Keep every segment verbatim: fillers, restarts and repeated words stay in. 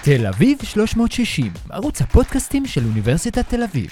תל אביב שלוש מאות שישים, ערוץ הפודקאסטים של אוניברסיטת תל אביב.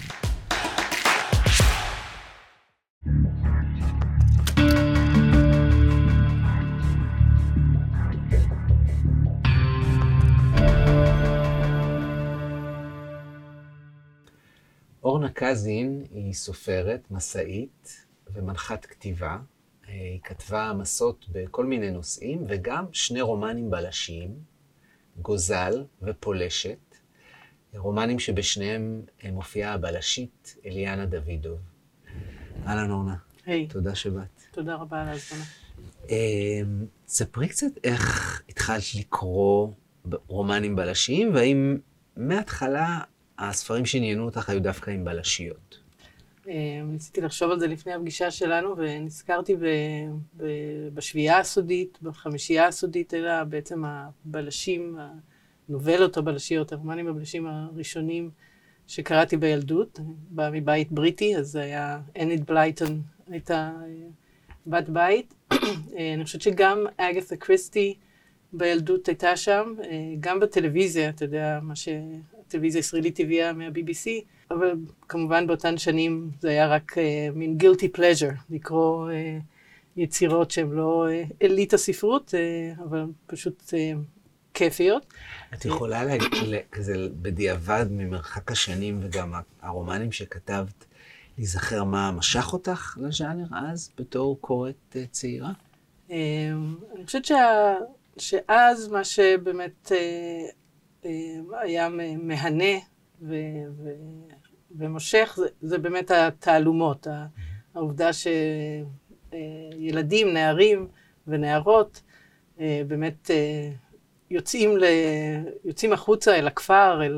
אורנה קזין היא סופרת, מסעית ומנחת כתיבה. היא כתבה מסות בכל מיני נושאים, וגם שני רומנים בלשיים, גוזל ופולשת, רומנים שבשניהם מופיעה הבלשית אליאנה דוידוב. אהלן אורנה. היי. תודה שבאת. תודה רבה על ההזמנה. ספרי קצת איך התחלת לקרוא רומנים בלשיים, והאם מההתחלה הספרים שעניינו אותך היו דווקא עם בלשיות? ניסיתי לחשוב על זה לפני הפגישה שלנו, ונזכרתי בשביעייה הסודית, בחמישייה הסודית, אלה בעצם הבלשים, הנובלות הבלשיות, הרומנים הבלשים הראשונים שקראתי בילדות. באה מבית בריטי, אז זה היה אנית בלייטון, הייתה בת בית. אני חושבת שגם אגתה קריסטי בילדות הייתה שם, גם בטלוויזיה, אתה יודע, מה שהטלוויזיה הישראלית הביאה מה-בי בי סי, אבל כמובן באותן שנים זה היה רק uh, מין guilty pleasure, לקרוא uh, יצירות שהן לא uh, אליט הספרות, uh, אבל פשוט uh, כיפיות. את יכולה להגיד כזה בדיעבד ממרחק השנים, וגם הרומנים שכתבת, להיזכר מה משך אותך לז'אנר אז, בתור קוראת uh, צעירה? Uh, אני חושבת שה, שאז מה שבאמת uh, uh, היה מהנה, ו, ו, ומושך, זה, זה באמת התעלומות, העובדה שילדים, נערים ונערות באמת יוצאים, ל, יוצאים החוצה אל הכפר, אל,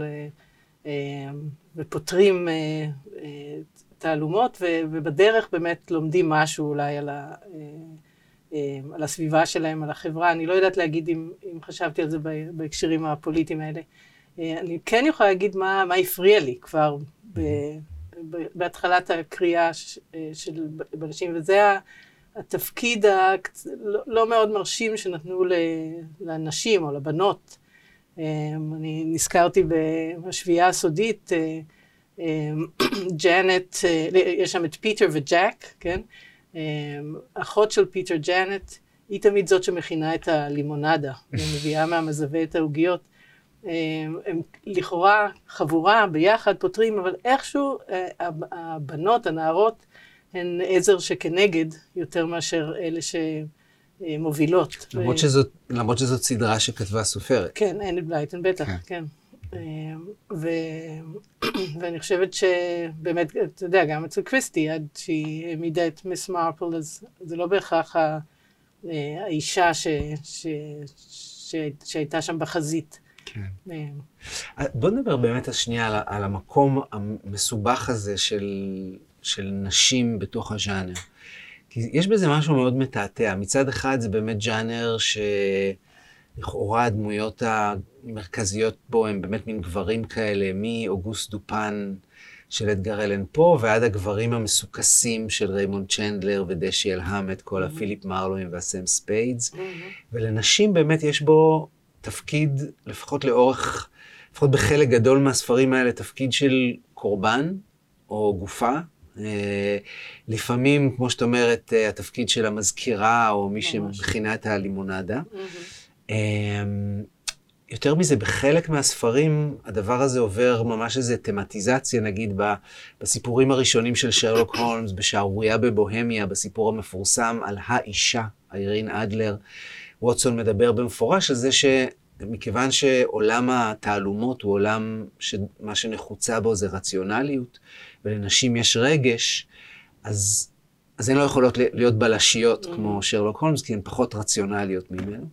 ופותרים תעלומות, ו, ובדרך באמת לומדים משהו אולי על, ה, על הסביבה שלהם, על החברה. אני לא יודעת להגיד אם, אם חשבתי על זה בהקשרים הפוליטיים האלה. אני כן יכולה להגיד מה, מה הפריע לי כבר ב, ב, בהתחלת הקריאה ש, של בלשים, וזה התפקיד ה, לא, לא מאוד מרשים שנתנו לנשים או לבנות. אני נזכרתי בשביעייה הסודית, ג'אנט, יש שם את פיטר וג'ק, כן? אחות של פיטר, ג'אנט, היא תמיד זאת שמכינה את הלימונדה, ומביאה מהמזווה את העוגיות. הם לכאורה חבורה ביחד פותרים, אבל איכשהו הבנות, הנערות, הן עזר שכנגד יותר מאשר אלה שמובילות. למרות שזאת, למרות שזאת סדרה שכתבה סופרת. כן, אנית בלייטון, בטח, כן. ואני חושבת שבאמת, אתה יודע, גם אצל קריסטי, עד שהיא העמידה את מיס מרפל, אז זה לא בהכרח האישה שהייתה שם בחזית. כן. בוא נדבר באמת השנייה על, על המקום המסובך הזה של, של נשים בתוך הז'אנר. כי יש בזה משהו מאוד מתעתע. מצד אחד זה באמת ז'אנר שלכאורה הדמויות המרכזיות בו הם באמת מין גברים כאלה, מאוגוסט דופן של אדגר אלן פה, ועד הגברים המסוכסים של ריימונד צ'נדלר ודשיאל המט, כל mm-hmm. הפיליפ מרלואים והסם ספיידס. Mm-hmm. ולנשים באמת יש בו תפקיד, לפחות לאורך, לפחות בחלק גדול מהספרים האלה, תפקיד של קורבן או גופה. לפעמים, כמו שאת אומרת, התפקיד של המזכירה או מי שמכינה את הלימונדה. יותר מזה, בחלק מהספרים, הדבר הזה עובר ממש איזו תמטיזציה, נגיד בסיפורים הראשונים של שרלוק הולמס, בשערוריה בבוהמיה, בסיפור המפורסם על האישה, אירין אדלר, ווטסון מדבר במפורש על זה שמכיוון שעולם התעלומות הוא עולם שמה שנחוצה בו זה רציונליות, ולנשים יש רגש, אז, אז הן לא יכולות להיות בלשיות mm-hmm. כמו שרלוק הולמס, כי הן פחות רציונליות ממנו.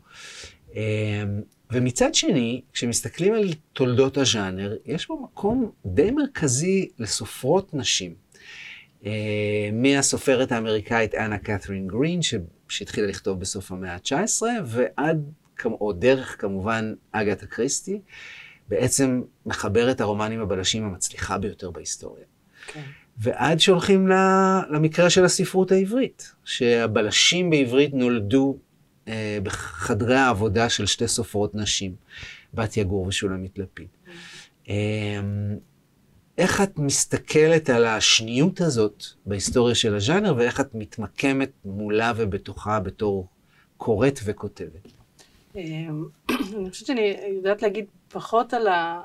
ומצד שני, כשמסתכלים על תולדות הז'אנר, יש בו מקום די מרכזי לסופרות נשים. מהסופרת האמריקאית אנה קת'רין גרין, שהתחילה לכתוב בסוף המאה ה-תשע עשרה, ועד, או דרך כמובן, אגתה קריסטי, בעצם מחברת הרומנים הבלשים המצליחה ביותר בהיסטוריה. Okay. ועד שהולכים למקרה של הספרות העברית, שהבלשים בעברית נולדו בחדרי העבודה של שתי סופרות נשים. בת יגור ושולמית לפיד. איך את מסתכלת על השניות הזאת בהיסטוריה של הז'אנר, ואיך את מתמקמת מולה ובתוכה בתור קוראת וכותבת? אני חושבת שאני יודעת להגיד פחות על, ה,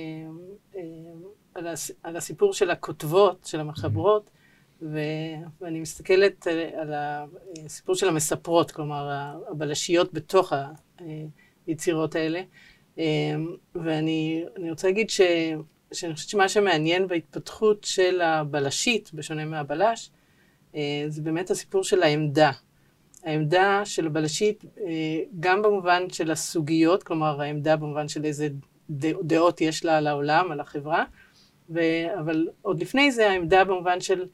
על, הס, על הסיפור של הכותבות, של המחברות, ו, ואני מסתכלת על הסיפור של המספרות, כלומר, הבלשיות בתוך היצירות האלה. ואני אני רוצה להגיד ש, שאני חושבת שמה שמעניין בהתפתחות של הבלשית, בשונה מהבלש, זה באמת הסיפור של העמדה. העמדה של הבלשית, גם במובן של הסוגיות, כלומר העמדה במובן של איזה דעות יש לה על העולם, על החברה, ו, אבל עוד לפני זה העמדה במובן של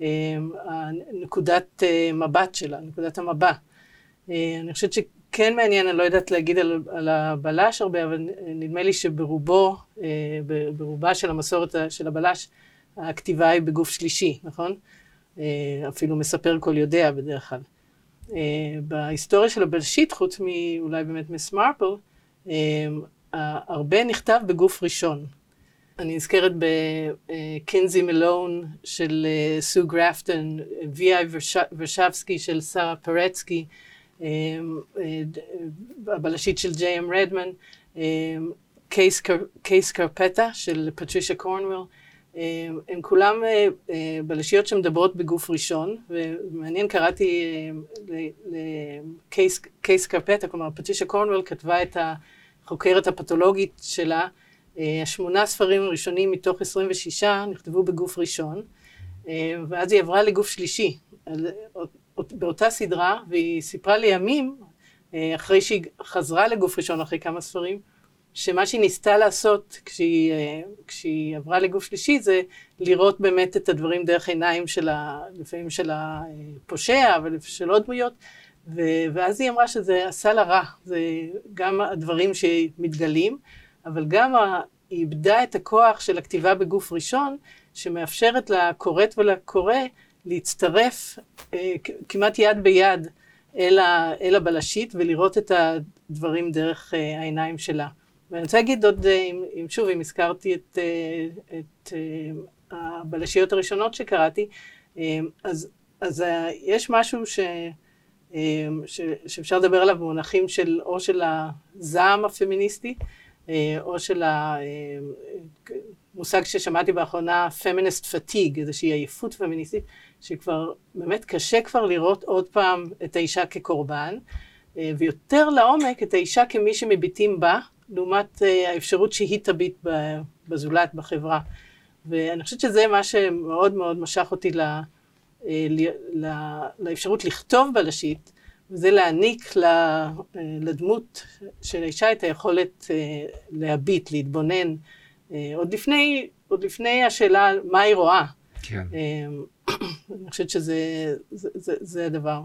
נקודת מבט שלה, נקודת המבע. אני חושבת שכן מעניין, אני לא יודעת להגיד על, על הבלש הרבה, אבל נדמה לי שברובו, ברובה של המסורת של הבלש, הכתיבה היא בגוף שלישי, נכון? אפילו מספר כל יודע בדרך כלל. Uh, בהיסטוריה של הבלשית, חוץ מאולי באמת מיס מרפל, uh, הרבה נכתב בגוף ראשון. אני נזכרת בקינזי מלון של uh, סו גרפטון, וי איי ורשבסקי של שרה פרצקי, uh, uh, הבלשית של ג'יי אם רדמן, uh, קייס, קר, קייס קרפטה של פטרישה קורנוול, הם כולם בלשיות שמדברות בגוף ראשון, ומעניין, קראתי לקייס קרפטה, כלומר, פטרישה קורנוול כתבה את החוקרת הפתולוגית שלה, השמונה ספרים הראשונים מתוך עשרים ושישה נכתבו בגוף ראשון, ואז היא עברה לגוף שלישי, באותה סדרה, והיא סיפרה לי ימים, אחרי שהיא חזרה לגוף ראשון, אחרי כמה ספרים, שמה שהיא ניסתה לעשות כשהיא, כשהיא עברה לגוף שלישי, זה לראות באמת את הדברים דרך עיניים של ה, לפעמים של הפושע, אבל של עוד דמויות, ואז היא אמרה שזה עשה לה רע, זה גם הדברים שמתגלים, אבל גם היא איבדה את הכוח של הכתיבה בגוף ראשון, שמאפשרת לקוראת ולקורא להצטרף כמעט יד ביד אל, ה, אל הבלשית, ולראות את הדברים דרך העיניים שלה. ואני רוצה להגיד עוד, אם, אם שוב, אם הזכרתי את, את הבלשיות הראשונות שקראתי, אז, אז יש משהו ש, ש, שאפשר לדבר עליו במונחים של, או של הזעם הפמיניסטי, או של המושג ששמעתי באחרונה, feminist fatigue, איזושהי עייפות פמיניסטית, שכבר באמת קשה כבר לראות עוד פעם את האישה כקורבן, ויותר לעומק את האישה כמי שמביטים בה, לעומת האפשרות שהיא תביט בזולת, בחברה. ואני חושבת שזה מה שמאוד מאוד משך אותי לה, לה, לאפשרות לכתוב בלשית, וזה להעניק לדמות של האישה את היכולת להביט, להתבונן, עוד לפני, עוד לפני השאלה מה היא רואה. כן. אני חושבת שזה זה, זה, זה הדבר.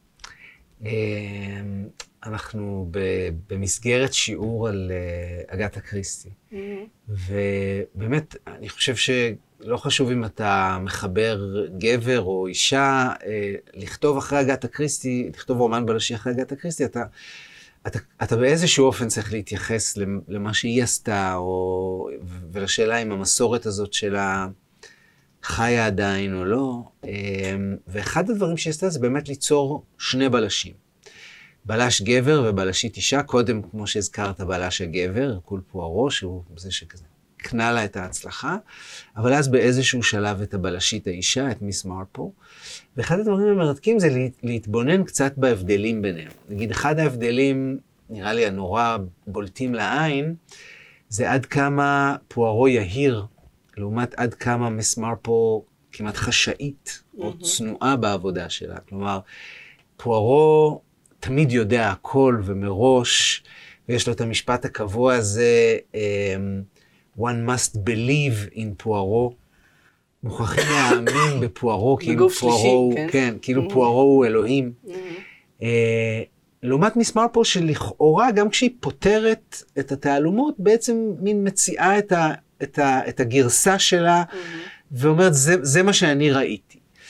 אנחנו במסגרת שיעור על אגתה קריסטי, ובאמת אני חושב שלא חשוב אם אתה מחבר גבר או אישה, לכתוב אחרי אגתה קריסטי, לכתוב רומן בלשי אחרי אגתה קריסטי, אתה, אתה, אתה באיזשהו אופן צריך להתייחס למה שהיא עשתה, או, ולשאלה אם המסורת הזאת שלה חיה עדיין או לא, ואחד הדברים שהיא עשתה זה באמת ליצור שני בלשים. בלש גבר ובלשית אישה, קודם, כמו שהזכרת, בלש הגבר, קול פוארו, שהוא זה שכזה קנה לה את ההצלחה, אבל אז באיזשהו שלב את הבלשית האישה, את מיס מרפל, ואחד הדברים המרתקים זה להתבונן קצת בהבדלים ביניהם. נגיד, אחד ההבדלים, נראה לי הנורא בולטים לעין, זה עד כמה פוארו יהיר, לעומת עד כמה מיס מרפל כמעט חשאית, mm-hmm. או צנועה בעבודה שלה. כלומר, פוארו תמיד יודע הכל ומראש, ויש לו את המשפט הקבוע הזה, um, one must believe in פוארו. מוכרחים להאמין בפוארו, כאילו פוארו, כן, כן כאילו mm-hmm. פוארו הוא אלוהים. Mm-hmm. Uh, לעומת מיס מרפל שלכאורה, גם כשהיא פותרת את התעלומות, בעצם מין מציעה את, ה, את, ה, את הגרסה שלה, mm-hmm. ואומרת, זה, זה מה שאני ראיתי.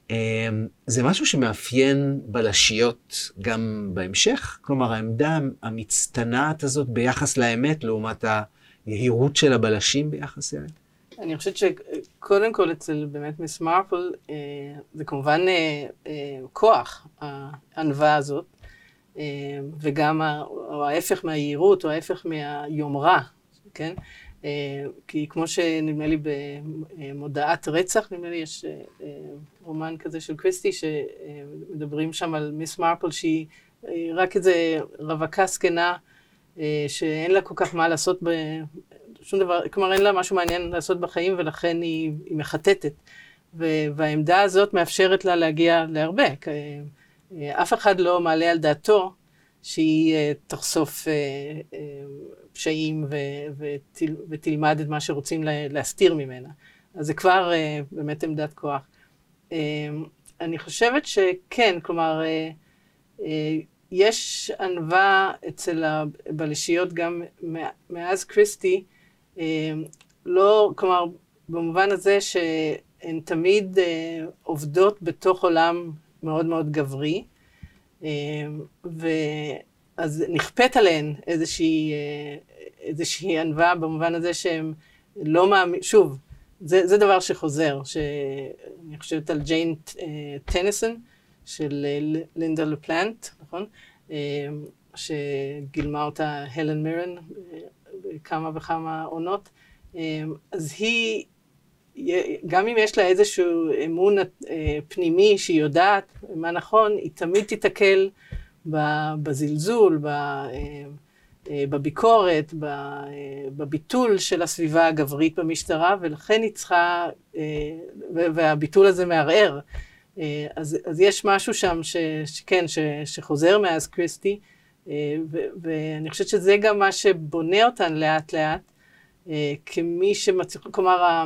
זה משהו שמאפיין בלשיות גם בהמשך, כלומר העמדה המצטנעת הזאת ביחס לאמת, לעומת היהירות של הבלשים ביחס לאמת. אני חושבת שקודם כל אצל באמת מיס מרפל, זה כמובן כוח, הענווה הזאת, וגם ההפך מהיהירות, או ההפך מהיומרה, כן? כי כמו שנדמה לי במודעת רצח, נדמה לי יש רומן כזה של קריסטי, שמדברים שם על מיס מרפל, שהיא רק איזה רווקה סקנה, שאין לה כל כך מה לעשות ב... שום דבר, כלומר אין לה משהו מעניין לעשות בחיים, ולכן היא, היא מחטטת. והעמדה הזאת מאפשרת לה להגיע להרבה. אף אחד לא מעלה על דעתו שהיא תחשוף פשעים ותל, ותלמד את מה שרוצים להסתיר ממנה. אז זה כבר באמת עמדת כוח. אני חושבת שכן, כלומר, יש ענווה אצל הבלשיות גם מאז קריסטי, לא, כלומר, במובן הזה שהן תמיד עובדות בתוך עולם מאוד מאוד גברי, ואז נכפת עליהן איזושהי, איזושהי ענווה במובן הזה שהן לא מאמין, שוב, זה, זה דבר שחוזר, שאני חושבת על ג'יין טניסון, של לינדה לפלנט, נכון? שגילמה אותה הלן מירן בכמה וכמה עונות. אז היא, גם אם יש לה איזשהו אמון פנימי שהיא יודעת מה נכון, היא תמיד תתקל בזלזול, בביקורת, בביטול של הסביבה הגברית במשטרה, ולכן היא צריכה, והביטול הזה מערער. אז, אז יש משהו שם ש, שכן, ש, שחוזר מאז קריסטי, ו, ואני חושבת שזה גם מה שבונה אותן לאט לאט, כמי שמצליח, כלומר,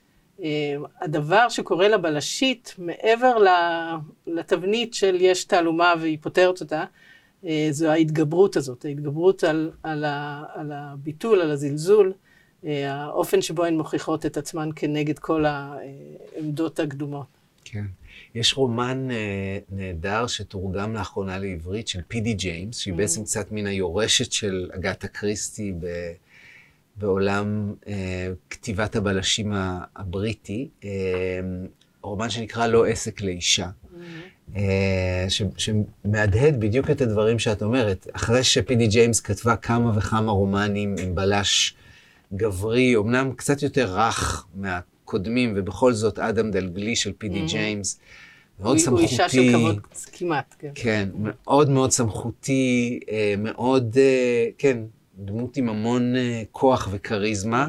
הדבר שקורה לבלשית, מעבר לתבנית של יש תעלומה והיא פותרת אותה, זו ההתגברות הזאת, ההתגברות על, על, ה, על הביטול, על הזלזול, האופן שבו הן מוכיחות את עצמן כנגד כל העמדות הקדומות. כן. יש רומן אה, נהדר שתורגם לאחרונה לעברית של פי די ג'יימס, שהיא mm-hmm. בעצם קצת מן היורשת של אגתה קריסטי ב, בעולם אה, כתיבת הבלשים הבריטי, אה, רומן שנקרא לא עסק לאישה, mm-hmm. אה, ש, שמהדהד בדיוק את הדברים שאת אומרת. אחרי שפי די ג'יימס כתבה כמה וכמה רומנים עם בלש גברי, אמנם קצת יותר רך מה... קודמים, ובכל זאת אדם דלגלי של פי די ג'יימס, מאוד סמכותי. הוא אישה של כבוד כמעט, כן. כן, מאוד מאוד סמכותי, מאוד, כן, דמות עם המון כוח וקריזמה,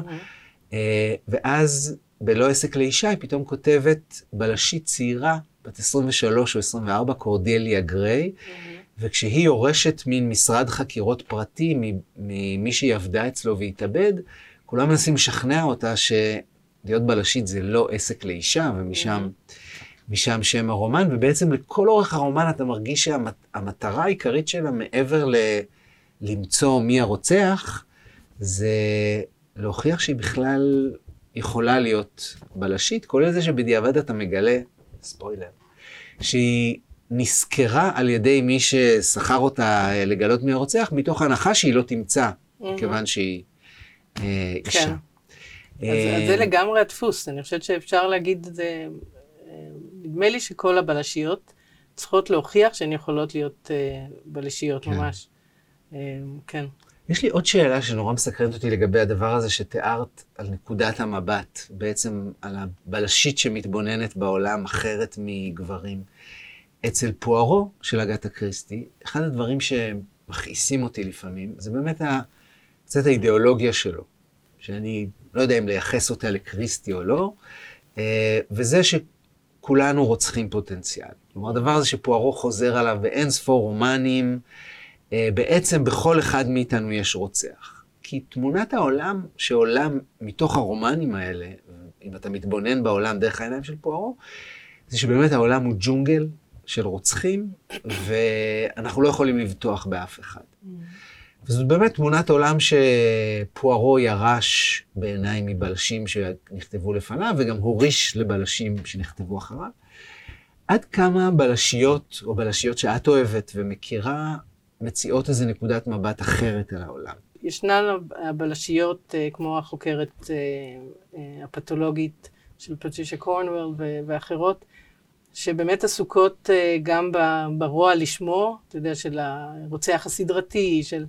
ואז בלא עסק לאישה היא פתאום כותבת בלשית צעירה, בת עשרים ושלוש או עשרים וארבע, קורדליה גריי, וכשהיא יורשת מין משרד חקירות פרטי ממי שהיא עבדה אצלו והתאבד, כולם מנסים לשכנע אותה ש... להיות בלשית זה לא עסק לאישה, ומשם משם שם הרומן, ובעצם לכל אורך הרומן אתה מרגיש שהמטרה העיקרית שלה, מעבר ל... למצוא מי הרוצח, זה להוכיח שהיא בכלל יכולה להיות בלשית, כולל זה שבדיעבד אתה מגלה, ספוילר, שהיא נזכרה על ידי מי ששכר אותה לגלות מי הרוצח, מתוך הנחה שהיא לא תמצא, כיוון שהיא אה, אישה. כן. אז, אז זה לגמרי הדפוס, אני חושבת שאפשר להגיד את זה, נדמה לי שכל הבלשיות צריכות להוכיח שהן יכולות להיות בלשיות כן. ממש. כן. יש לי עוד שאלה שנורא מסקרנת אותי לגבי הדבר הזה שתיארת על נקודת המבט, בעצם על הבלשית שמתבוננת בעולם אחרת מגברים. אצל פוארו של אגתה קריסטי, אחד הדברים שמכעיסים אותי לפעמים, זה באמת קצת האידיאולוגיה שלו, שאני לא יודע אם לייחס אותה לקריסטי או לא, וזה שכולנו רוצחים פוטנציאל. כלומר, הדבר הזה שפוארו חוזר עליו באין ספור רומנים, בעצם בכל אחד מאיתנו יש רוצח. כי תמונת העולם שעולה מתוך הרומנים האלה, אם אתה מתבונן בעולם דרך העיניים של פוארו, זה שבאמת העולם הוא ג'ונגל של רוצחים, ואנחנו לא יכולים לבטוח באף אחד. וזאת באמת תמונת עולם שפוארו ירש בעיניים מבלשים שנכתבו לפניו, וגם הוריש לבלשים שנכתבו אחריו. עד כמה בלשיות, או בלשיות שאת אוהבת ומכירה, מציעות איזו נקודת מבט אחרת על העולם? ישנן הבלשיות, כמו החוקרת הפתולוגית של פטרישיה קורנוול ואחרות, שבאמת עסוקות גם ברוע לשמו, אתה יודע, של הרוצח הסדרתי, של...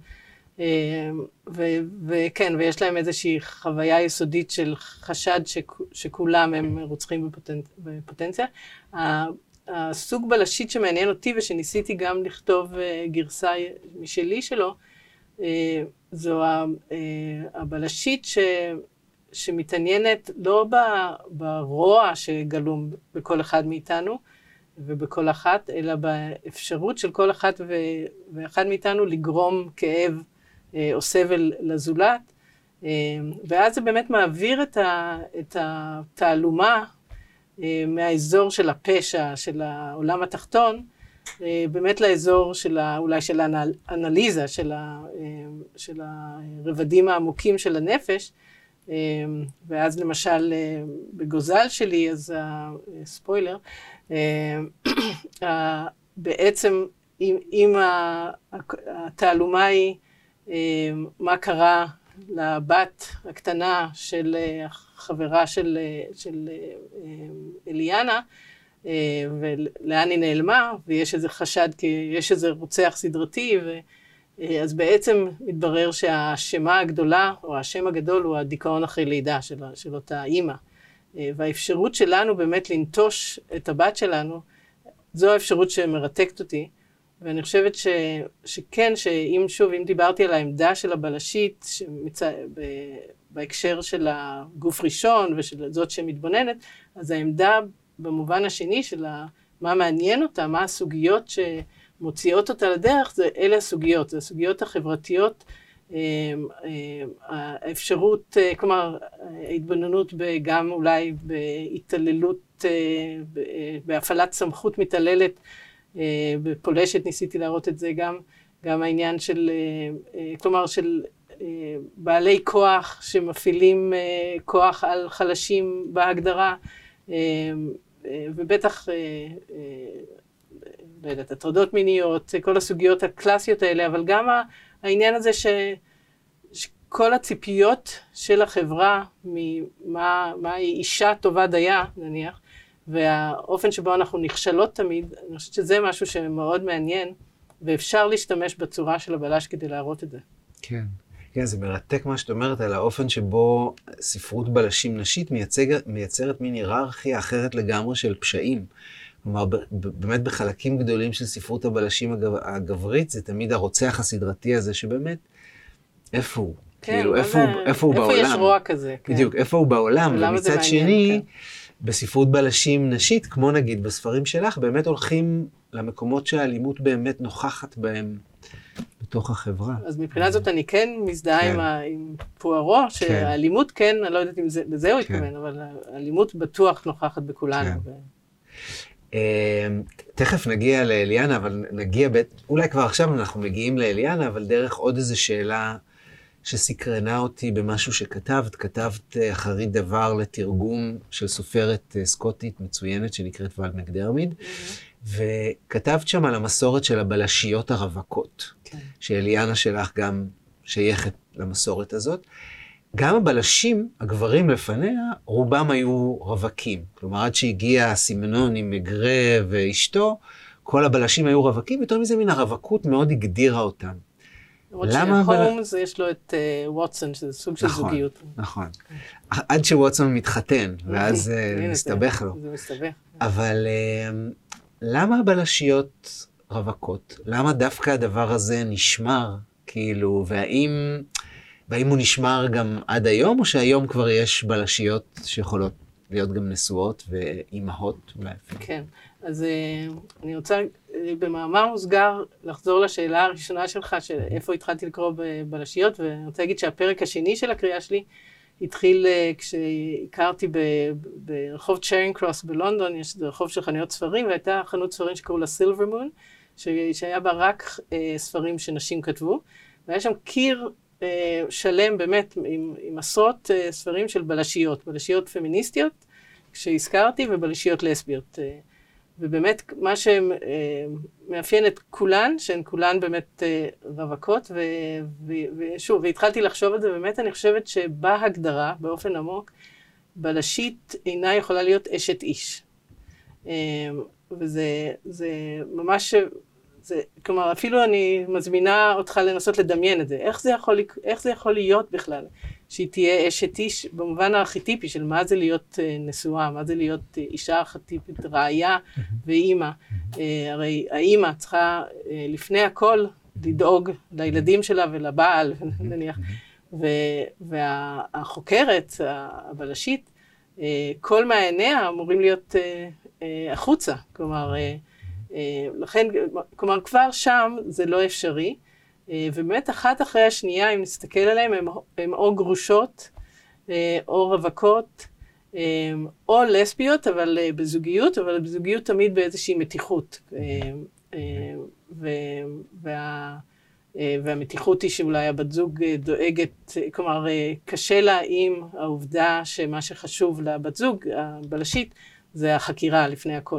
וכן, ויש להם איזושהי חוויה יסודית של חשד שכולם הם רוצחים בפוטנציה. הסוג בלשית שמעניין אותי ושניסיתי גם לכתוב גרסה משלי שלו, זו הבלשית ש... שמתעניינת לא ברוע שגלום בכל אחד מאיתנו ובכל אחת, אלא באפשרות של כל אחת ואחד מאיתנו לגרום כאב או סבל לזולת. ואז זה באמת מעביר את, ה... את התעלומה מהאזור של הפשע, של העולם התחתון, באמת לאזור של ה, אולי של האנליזה, של, ה, של הרבדים העמוקים של הנפש, ואז למשל בגוזל שלי, אז הספוילר, בעצם אם, אם התעלומה היא מה קרה לבת הקטנה של החברה של, של אליאנה, ולאן היא נעלמה, ויש איזה חשד, כי יש איזה רוצח סדרתי, ו... אז בעצם מתברר שהאשמה הגדולה, או השם הגדול, הוא הדיכאון אחרי לידה של, של אותה אימא. והאפשרות שלנו באמת לנטוש את הבת שלנו, זו האפשרות שמרתקת אותי. ואני חושבת ש, שכן, שאם שוב, אם דיברתי על העמדה של הבלשית, שמצא, ב, בהקשר של הגוף ראשון ושל זאת שמתבוננת, אז העמדה במובן השני של מה מעניין אותה, מה הסוגיות שמוציאות אותה לדרך, זה אלה הסוגיות, זה הסוגיות החברתיות, האפשרות, כלומר, ההתבוננות גם אולי בהתעללות, בהפעלת סמכות מתעללת, בפולשת ניסיתי להראות את זה גם, גם העניין של, כלומר, של בעלי כוח שמפעילים כוח על חלשים בהגדרה, ובטח, לא יודעת, הטרדות מיניות, כל הסוגיות הקלאסיות האלה, אבל גם העניין הזה ש, שכל הציפיות של החברה, ממה, מה היא אישה טובה דייה, נניח, והאופן שבו אנחנו נכשלות תמיד, אני חושבת שזה משהו שמאוד מעניין, ואפשר להשתמש בצורה של הבלש כדי להראות את זה. כן. כן, זה מרתק מה שאת אומרת על האופן שבו ספרות בלשים נשית מייצג, מייצרת מין היררכיה אחרת לגמרי של פשעים. כלומר, באמת בחלקים גדולים של ספרות הבלשים הגב, הגברית, זה תמיד הרוצח הסדרתי הזה שבאמת, איפה הוא? כן, כאילו, איפה, זה, הוא, איפה הוא איפה בעולם? יש רוע כזה? כן. בדיוק, איפה הוא בעולם? ומצד שני, כן. בספרות בלשים נשית, כמו נגיד בספרים שלך, באמת הולכים למקומות שהאלימות באמת נוכחת בהם. בתוך החברה. אז מבחינת זאת אני כן מזדהה כן. עם, ה, עם פוארו, שהאלימות כן, אני לא יודעת אם זה, לזה הוא כן. התכוון, אבל האלימות בטוח נוכחת בכולנו. כן. ו... תכף נגיע לאליאנה, אבל נגיע, בית, אולי כבר עכשיו אנחנו מגיעים לאליאנה, אבל דרך עוד איזו שאלה שסקרנה אותי במשהו שכתבת, כתבת אחרית דבר לתרגום של סופרת סקוטית מצוינת שנקראת ואל מקדרמיד, mm-hmm. וכתבת שם על המסורת של הבלשיות הרווקות, כן. שאליאנה שלך גם שייכת למסורת הזאת. גם הבלשים, הגברים לפניה, רובם היו רווקים. כלומר, עד שהגיע סימנון עם מגרה ואשתו, כל הבלשים היו רווקים, יותר מזה מן הרווקות מאוד הגדירה אותם. למרות שההומס יש לו את ווטסון, שזה סוג של זוגיות. נכון, נכון. עד שווטסון מתחתן, ואז מסתבך לו. זה מסתבך. אבל למה הבלשיות רווקות? למה דווקא הדבר הזה נשמר? כאילו, והאם... והאם הוא נשמר גם עד היום, או שהיום כבר יש בלשיות שיכולות להיות גם נשואות ואימהות אולי? כן, אז אני רוצה במאמר מוסגר לחזור לשאלה הראשונה שלך, של איפה התחלתי לקרוא בבלשיות, ואני רוצה להגיד שהפרק השני של הקריאה שלי התחיל כשהכרתי ברחוב צ'רינג קרוס בלונדון, יש רחוב של חנויות ספרים, והייתה חנות ספרים שקראו לה סילבר מון, שהיה בה רק ספרים שנשים כתבו, והיה שם קיר שלם באמת עם, עם עשרות uh, ספרים של בלשיות, בלשיות פמיניסטיות שהזכרתי ובלשיות לסביות. Uh, ובאמת מה שמאפיין את כולן, שהן כולן באמת רווקות, ושוב, והתחלתי לחשוב על זה, באמת אני חושבת שבהגדרה, באופן עמוק, בלשית אינה יכולה להיות אשת איש. וזה זה ממש, זה, כלומר, אפילו אני מזמינה אותך לנסות לדמיין את זה. איך זה יכול, איך זה יכול להיות בכלל? שהיא תהיה אשת איש במובן הארכיטיפי של מה זה להיות נשואה, מה זה להיות אישה ארכיטיפית, רעיה ואימא. הרי האימא צריכה לפני הכל לדאוג לילדים שלה ולבעל, נניח. והחוקרת, הבלשית, כל מעייניה אמורים להיות החוצה. כלומר, לכן, כלומר, כבר שם זה לא אפשרי. ובאמת אחת אחרי השנייה, אם נסתכל עליהם, הן או גרושות, או רווקות, או לסביות, אבל בזוגיות, אבל בזוגיות תמיד באיזושהי מתיחות. וה... והמתיחות היא שאולי הבת זוג דואגת, כלומר, קשה לה עם העובדה שמה שחשוב לבת זוג, הבלשית, זה החקירה לפני הכל.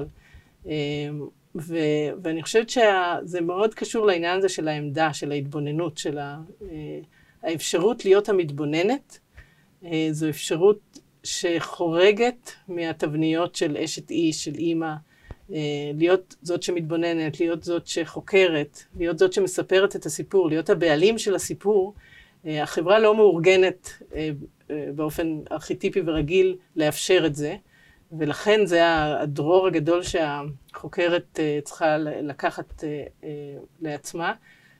ו- ואני חושבת שזה מאוד קשור לעניין הזה של העמדה, של ההתבוננות, של ה- האפשרות להיות המתבוננת. זו אפשרות שחורגת מהתבניות של אשת איש, של אימא, להיות זאת שמתבוננת, להיות זאת שחוקרת, להיות זאת שמספרת את הסיפור, להיות הבעלים של הסיפור. החברה לא מאורגנת באופן ארכיטיפי ורגיל לאפשר את זה, ולכן זה הדרור הגדול שהחוקרת צריכה לקחת לעצמה.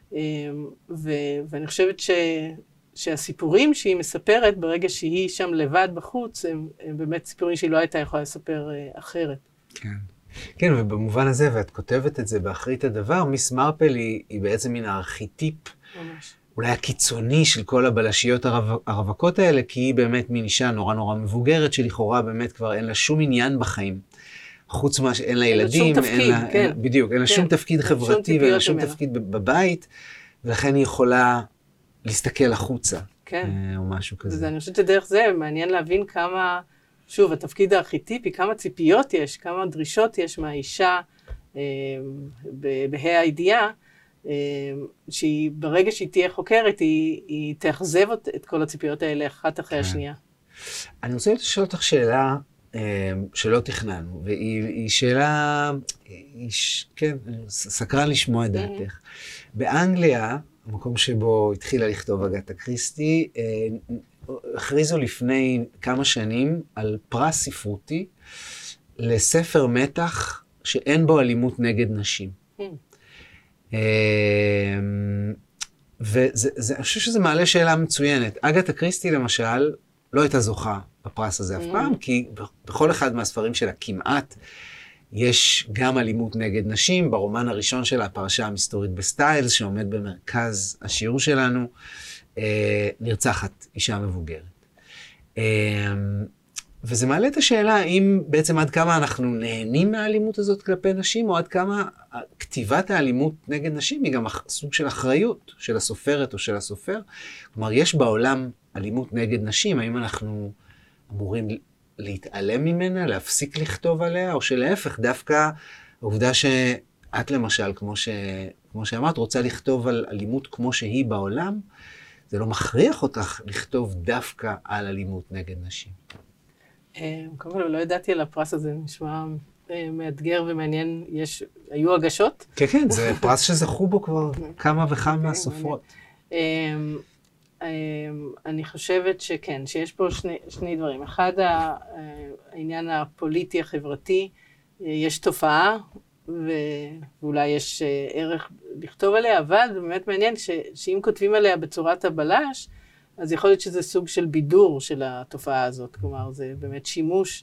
ואני חושבת ש... שהסיפורים שהיא מספרת ברגע שהיא שם לבד בחוץ, הם, הם באמת סיפורים שהיא לא הייתה יכולה לספר אחרת. כן. כן, ובמובן הזה, ואת כותבת את זה באחרית הדבר, מיס מרפל היא, היא בעצם מן הארכיטיפ, ממש. אולי הקיצוני של כל הבלשיות הרב, הרווקות האלה, כי היא באמת מין אישה נורא נורא מבוגרת, שלכאורה באמת כבר אין לה שום עניין בחיים. חוץ מה שאין לה ילדים, אין לה שום תפקיד, לה, כן. אין, בדיוק, אין לה כן. שום תפקיד חברתי, ואין לה שום ממנה. תפקיד בבית, ולכן היא יכולה להסתכל החוצה, כן. או משהו כזה. וזה, אני חושבת שדרך זה מעניין להבין כמה, שוב, התפקיד הארכיטיפי, כמה ציפיות יש, כמה דרישות יש מהאישה אה, בה"א הידיעה, אה, שהיא, ברגע שהיא תהיה חוקרת, היא, היא תאכזב את כל הציפיות האלה אחת אחרי כן. השנייה. אני רוצה לשאול אותך שאלה אה, שלא תכננו, והיא שאלה, היא, כן, סקרן לשמוע את דעתך. Mm-hmm. באנגליה, המקום שבו התחילה לכתוב אגתה קריסטי, הכריזו לפני כמה שנים על פרס ספרותי לספר מתח שאין בו אלימות נגד נשים. ואני חושב שזה מעלה שאלה מצוינת. אגתה קריסטי למשל לא הייתה זוכה בפרס הזה אף פעם, כי בכל אחד מהספרים שלה כמעט יש גם אלימות נגד נשים. ברומן הראשון שלה, הפרשה המסתורית בסטיילס, שעומד במרכז השיעור שלנו, אה, נרצחת אישה מבוגרת. אה, וזה מעלה את השאלה, האם בעצם עד כמה אנחנו נהנים מהאלימות הזאת כלפי נשים, או עד כמה כתיבת האלימות נגד נשים היא גם סוג של אחריות של הסופרת או של הסופר. כלומר, יש בעולם אלימות נגד נשים, האם אנחנו אמורים להתעלם ממנה, להפסיק לכתוב עליה, או שלהפך, דווקא העובדה שאת למשל, כמו, ש... כמו שאמרת, רוצה לכתוב על אלימות כמו שהיא בעולם, זה לא מכריח אותך לכתוב דווקא על אלימות נגד נשים. כמובן, לא ידעתי על הפרס הזה, נשמע מאתגר ומעניין. יש, היו הגשות? כן, כן, זה פרס שזכו בו כבר כמה וכמה סופרות. אני חושבת שכן, שיש פה שני, שני דברים. אחד, העניין הפוליטי החברתי, יש תופעה, ואולי יש ערך לכתוב עליה, אבל זה באמת מעניין ש, שאם כותבים עליה בצורת הבלש, אז יכול להיות שזה סוג של בידור של התופעה הזאת. כלומר, זה באמת שימוש,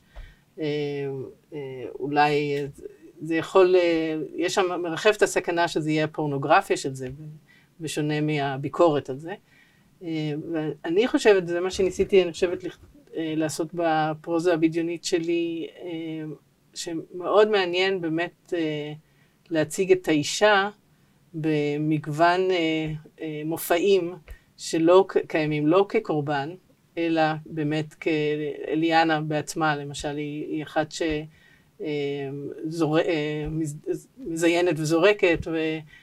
אולי זה יכול, יש שם מרחבת הסכנה שזה יהיה הפורנוגרפיה של זה, בשונה מהביקורת על זה. ואני חושבת, זה מה שניסיתי, אני חושבת לעשות בפרוזה הבדיונית שלי, שמאוד מעניין באמת להציג את האישה במגוון מופעים שלא קיימים, לא כקורבן, אלא באמת כאליאנה בעצמה, למשל, היא אחת זור... מזיינת וזורקת, ו...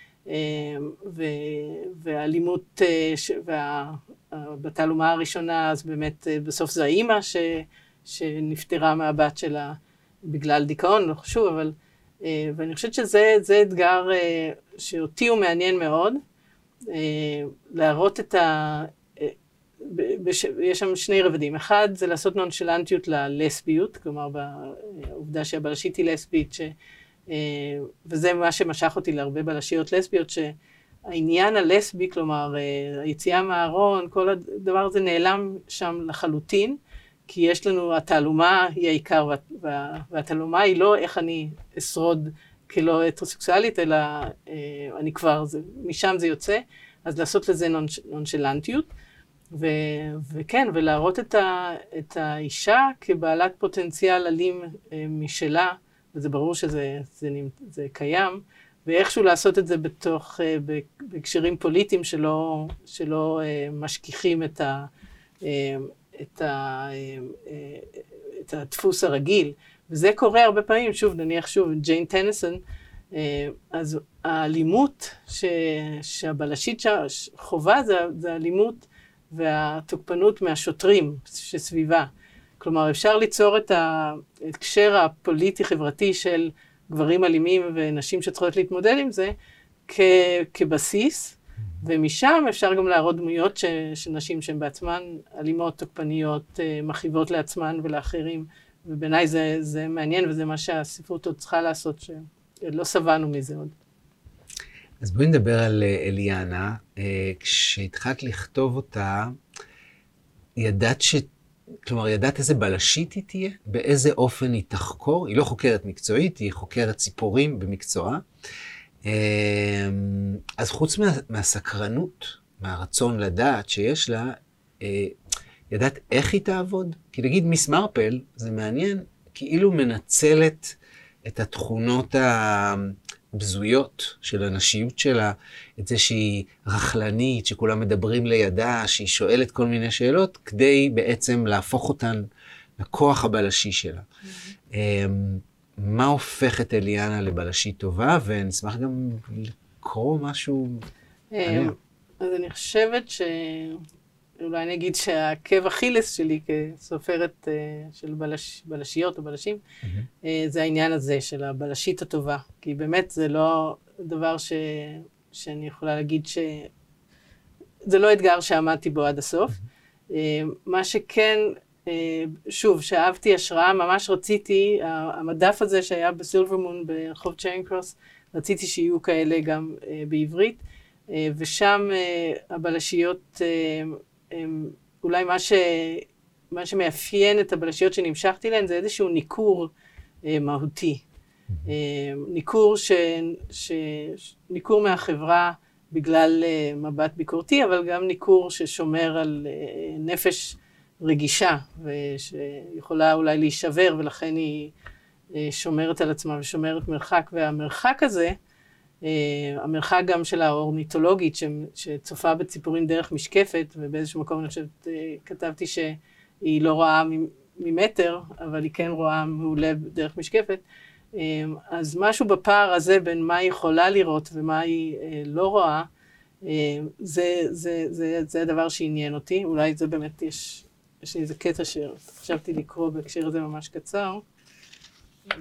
ו... והאלימות וה... בתעלומה הראשונה, אז באמת בסוף זה האימא ש... שנפטרה מהבת שלה בגלל דיכאון, לא חשוב, אבל... ואני חושבת שזה זה אתגר שאותי הוא מעניין מאוד, להראות את ה... יש שם שני רבדים. אחד, זה לעשות נונשלנטיות ללסביות, כלומר, בעובדה שהבלשית היא לסבית, ש... וזה מה שמשך אותי להרבה בלשיות לסביות, שהעניין הלסבי, כלומר, היציאה מהארון, כל הדבר הזה נעלם שם לחלוטין, כי יש לנו, התעלומה היא העיקר, וה... והתעלומה היא לא איך אני אשרוד כלא הטרוסקסואלית, אלא אני כבר, זה... משם זה יוצא, אז לעשות לזה נונש... נונשלנטיות. ו... וכן, ולהראות את, ה... את האישה כבעלת פוטנציאל אלים משלה, וזה ברור שזה זה, זה קיים, ואיכשהו לעשות את זה בתוך, בהקשרים פוליטיים שלא, שלא משכיחים את, ה... את, ה... את הדפוס הרגיל. וזה קורה הרבה פעמים, שוב, נניח שוב, ג'יין טניסון, אז האלימות ש... שהבלשית חובה זה, זה האלימות, והתוקפנות מהשוטרים שסביבה. כלומר, אפשר ליצור את ההקשר הפוליטי-חברתי של גברים אלימים ונשים שצריכות להתמודד עם זה כ- כבסיס, ומשם אפשר גם להראות דמויות ש- של נשים שהן בעצמן אלימות, תוקפניות, מכאיבות לעצמן ולאחרים, ובעיניי זה, זה מעניין, וזה מה שהספרות עוד צריכה לעשות, שלא סבנו מזה עוד. אז בואי נדבר על אליאנה. כשהתחלת לכתוב אותה, ידעת ש... כלומר, ידעת איזה בלשית היא תהיה? באיזה אופן היא תחקור? היא לא חוקרת מקצועית, היא חוקרת ציפורים במקצועה. אז חוץ מה... מהסקרנות, מהרצון לדעת שיש לה, ידעת איך היא תעבוד? כי נגיד מיס מרפל, זה מעניין, כאילו מנצלת את התכונות ה... בזויות של הנשיות שלה, את זה שהיא רכלנית, שכולם מדברים לידה, שהיא שואלת כל מיני שאלות, כדי בעצם להפוך אותן לכוח הבלשי שלה. Mm-hmm. מה הופך את אליאנה לבלשית טובה? ונשמח גם לקרוא משהו עליה. אז אני חושבת ש... אולי אני אגיד שהעקב אכילס שלי כסופרת של בלש, בלשיות או בלשים, mm-hmm. זה העניין הזה של הבלשית הטובה. כי באמת זה לא דבר ש, שאני יכולה להגיד ש... זה לא אתגר שעמדתי בו עד הסוף. Mm-hmm. מה שכן, שוב, שאהבתי השראה, ממש רציתי, המדף הזה שהיה בסילברמון ברחוב צ'רינג קרוס, רציתי שיהיו כאלה גם בעברית, ושם הבלשיות... אולי מה, ש... מה שמאפיין את הבלשיות שנמשכתי להן, זה איזשהו ניכור אה, מהותי. אה, ניכור, ש... ש... ניכור מהחברה בגלל אה, מבט ביקורתי, אבל גם ניכור ששומר על אה, נפש רגישה, ושיכולה אולי להישבר, ולכן היא אה, שומרת על עצמה ושומרת מרחק. והמרחק הזה, Uh, המרחק גם של האורניתולוגית ש, שצופה בציפורים דרך משקפת, ובאיזשהו מקום אני חושבת, uh, כתבתי שהיא לא רואה ממטר, אבל היא כן רואה מעולה דרך משקפת. Uh, אז משהו בפער הזה בין מה היא יכולה לראות ומה היא uh, לא רואה, uh, זה, זה, זה, זה הדבר שעניין אותי. אולי זה באמת, יש, יש לי איזה קטע שחשבתי לקרוא בהקשר הזה ממש קצר. Uh,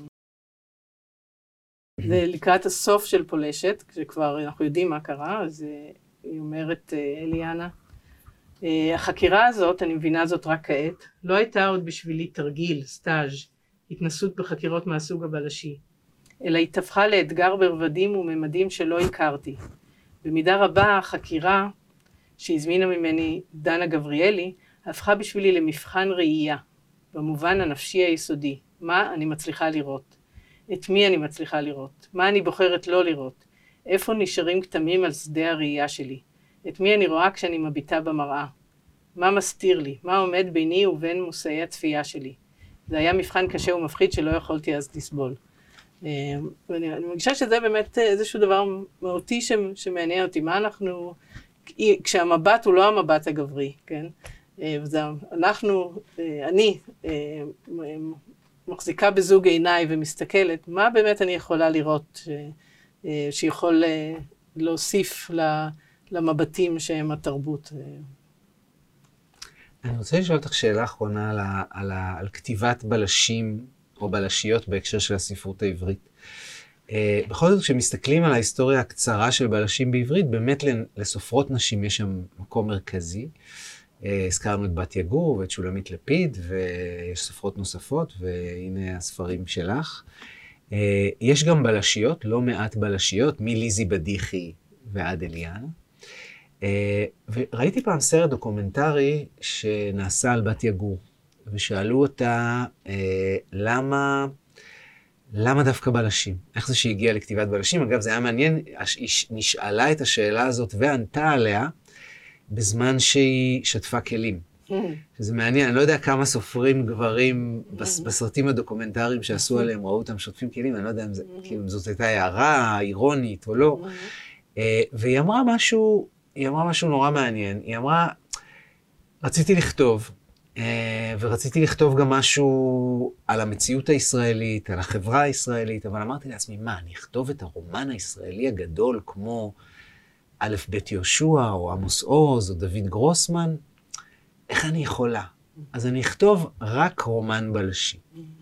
זה לקראת הסוף של פולשת, כשכבר אנחנו יודעים מה קרה, אז היא אומרת, אליאנה, החקירה הזאת, אני מבינה זאת רק כעת, לא הייתה עוד בשבילי תרגיל, סטאז', התנסות בחקירות מהסוג הבלשי, אלא היא תפכה לאתגר ברבדים וממדים שלא הכרתי. במידה רבה החקירה שהזמינה ממני דנה גבריאלי, הפכה בשבילי למבחן ראייה, במובן הנפשי היסודי, מה אני מצליחה לראות. את מי אני מצליחה לראות, מה אני בוחרת לא לראות, איפה נשארים כתמים על שדה הראייה שלי, את מי אני רואה כשאני מביטה במראה, מה מסתיר לי, מה עומד ביני ובין מושאי הצפייה שלי. זה היה מבחן קשה ומפחיד שלא יכולתי אז לסבול. ואני אני מרגישה שזה באמת איזשהו דבר מהותי שמעניין אותי, מה אנחנו, כשהמבט הוא לא המבט הגברי, כן? וזה, אנחנו, אני, מחזיקה בזוג עיניי ומסתכלת, מה באמת אני יכולה לראות ש, שיכול להוסיף למבטים שהם התרבות. אני רוצה לשאול אותך שאלה אחרונה על, ה, על, ה, על כתיבת בלשים או בלשיות בהקשר של הספרות העברית. Uh, בכל זאת, כשמסתכלים על ההיסטוריה הקצרה של בלשים בעברית, באמת לסופרות נשים יש שם מקום מרכזי. Uh, הזכרנו את בת יגור ואת שולמית לפיד, ויש סופרות נוספות, והנה הספרים שלך. Uh, יש גם בלשיות, לא מעט בלשיות, מליזי בדיחי ועד אליאנה. Uh, וראיתי פעם סרט דוקומנטרי שנעשה על בת יגור, ושאלו אותה uh, למה... למה דווקא בלשים? איך זה שהגיע לכתיבת בלשים? אגב, זה היה מעניין, היא נשאלה את השאלה הזאת וענתה עליה בזמן שהיא שטפה כלים. שזה מעניין, אני לא יודע כמה סופרים גברים בסרטים הדוקומנטריים שעשו עליהם, ראו אותם שוטפים כלים, אני לא יודע אם זה, כאילו, זאת הייתה הערה אירונית או לא. והיא אמרה משהו, היא אמרה משהו נורא מעניין. היא אמרה, רציתי לכתוב, ורציתי לכתוב גם משהו על המציאות הישראלית, על החברה הישראלית, אבל אמרתי לעצמי, מה, אני אכתוב את הרומן הישראלי הגדול כמו א' ב' יהושע, או עמוס עוז, או דוד גרוסמן? איך אני יכולה? אז אני אכתוב רק רומן בלשי.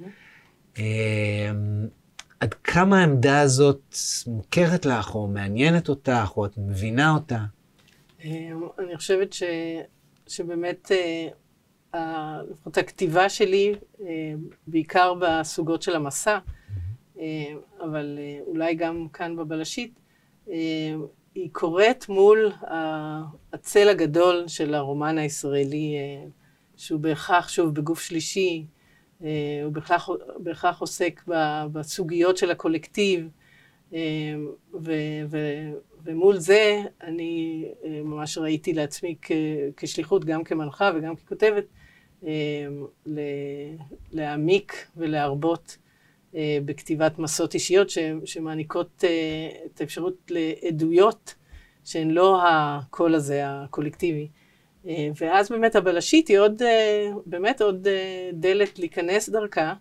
עד כמה העמדה הזאת מוכרת לך, או מעניינת אותך, או את מבינה אותה? אני חושבת ש... שבאמת... לפחות הכתיבה שלי, בעיקר בסוגות של המסע, אבל אולי גם כאן בבלשית, היא קורית מול הצל הגדול של הרומן הישראלי, שהוא בהכרח, שוב, בגוף שלישי, הוא בהכרח, בהכרח עוסק בסוגיות של הקולקטיב, ו, ו, ומול זה אני ממש ראיתי לעצמי כ, כשליחות, גם כמנחה וגם ככותבת, להעמיק ולהרבות בכתיבת מסות אישיות שמעניקות את האפשרות לעדויות שהן לא הקול הזה, הקולקטיבי. ואז באמת הבלשית היא עוד, באמת עוד דלת להיכנס דרכה,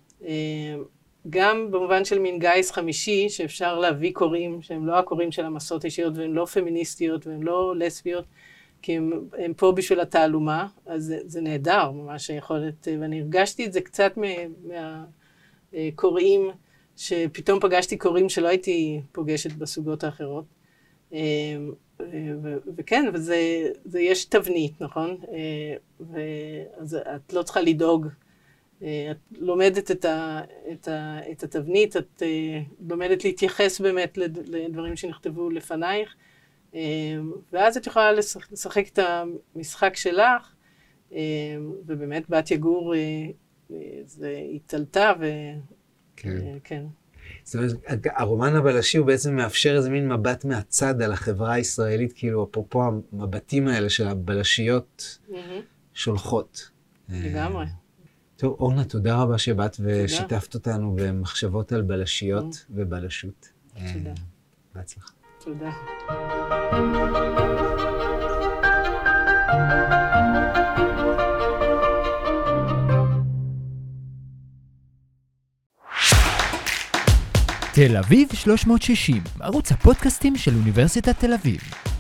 גם במובן של מין גיס חמישי, שאפשר להביא קוראים שהם לא הקוראים של המסות אישיות, והן לא פמיניסטיות, והן לא לסביות, כי הם, הם פה בשביל התעלומה, אז זה, זה נהדר, ממש היכולת, ואני הרגשתי את זה קצת מהקוראים, שפתאום פגשתי קוראים שלא הייתי פוגשת בסוגות האחרות. וכן, וזה, זה יש תבנית, נכון? ואז את לא צריכה לדאוג, את לומדת את, ה, את, ה, את התבנית, את לומדת להתייחס באמת לדברים שנכתבו לפנייך, ואז את יכולה לשחק את המשחק שלך, ובאמת בת יגור זה התעלתה, וכן. זאת אומרת, הרומן הבלשי הוא בעצם מאפשר איזה מין מבט מהצד על החברה הישראלית, כאילו אפרופו המבטים האלה של הבלשיות שולחות. לגמרי. טוב, אורנה, תודה רבה שבאת ושיתפת אותנו במחשבות על בלשיות ובלשות. תודה. בהצלחה. תודה. תל אביב שלוש מאות שישים, ערוץ הפודקאסטים של אוניברסיטת תל אביב.